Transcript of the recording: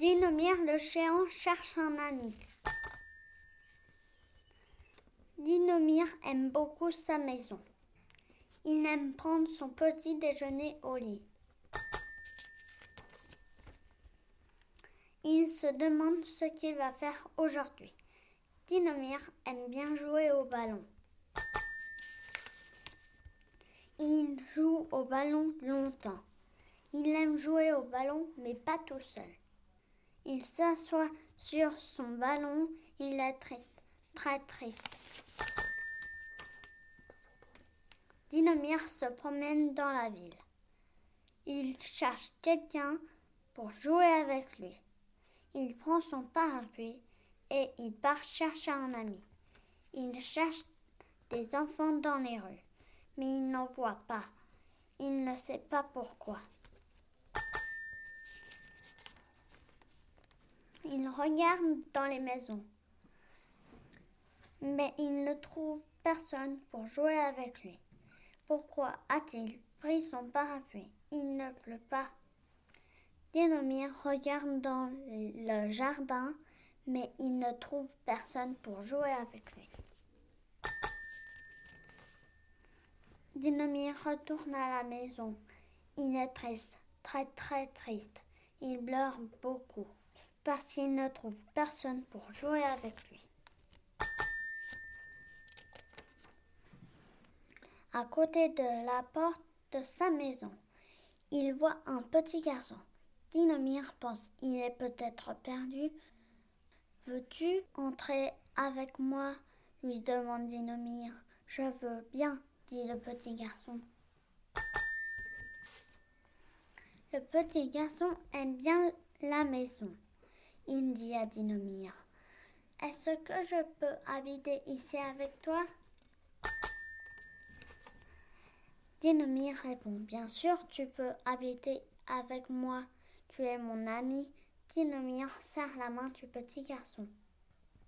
Dinomir le géant cherche un ami. Dinomir aime beaucoup sa maison. Il aime prendre son petit déjeuner au lit. Il se demande ce qu'il va faire aujourd'hui. Dinomir aime bien jouer au ballon. Il joue au ballon longtemps. Il aime jouer au ballon, mais pas tout seul. Il s'assoit sur son ballon. Il est triste, très triste. Dinomir se promène dans la ville. Il cherche quelqu'un pour jouer avec lui. Il prend son parapluie et il part chercher un ami. Il cherche des enfants dans les rues, mais il n'en voit pas. Il ne sait pas pourquoi. Il regarde dans les maisons, mais il ne trouve personne pour jouer avec lui. Pourquoi a-t-il pris son parapluie? Il ne pleut pas. Dinomir regarde dans le jardin, mais il ne trouve personne pour jouer avec lui. Dinomir retourne à la maison. Il est triste, très très triste. Il pleure beaucoup parce qu'il ne trouve personne pour jouer avec lui. À côté de la porte de sa maison, il voit un petit garçon. Dinomir pense, il est peut-être perdu. « Veux-tu entrer avec moi ?» lui demande Dinomir. « Je veux bien, » dit le petit garçon. Le petit garçon aime bien la maison. Il dit à Dinomir, « Est-ce que je peux habiter ici avec toi ?» Dinomir répond, « Bien sûr, tu peux habiter avec moi. Tu es mon ami. » Dinomir serre la main du petit garçon.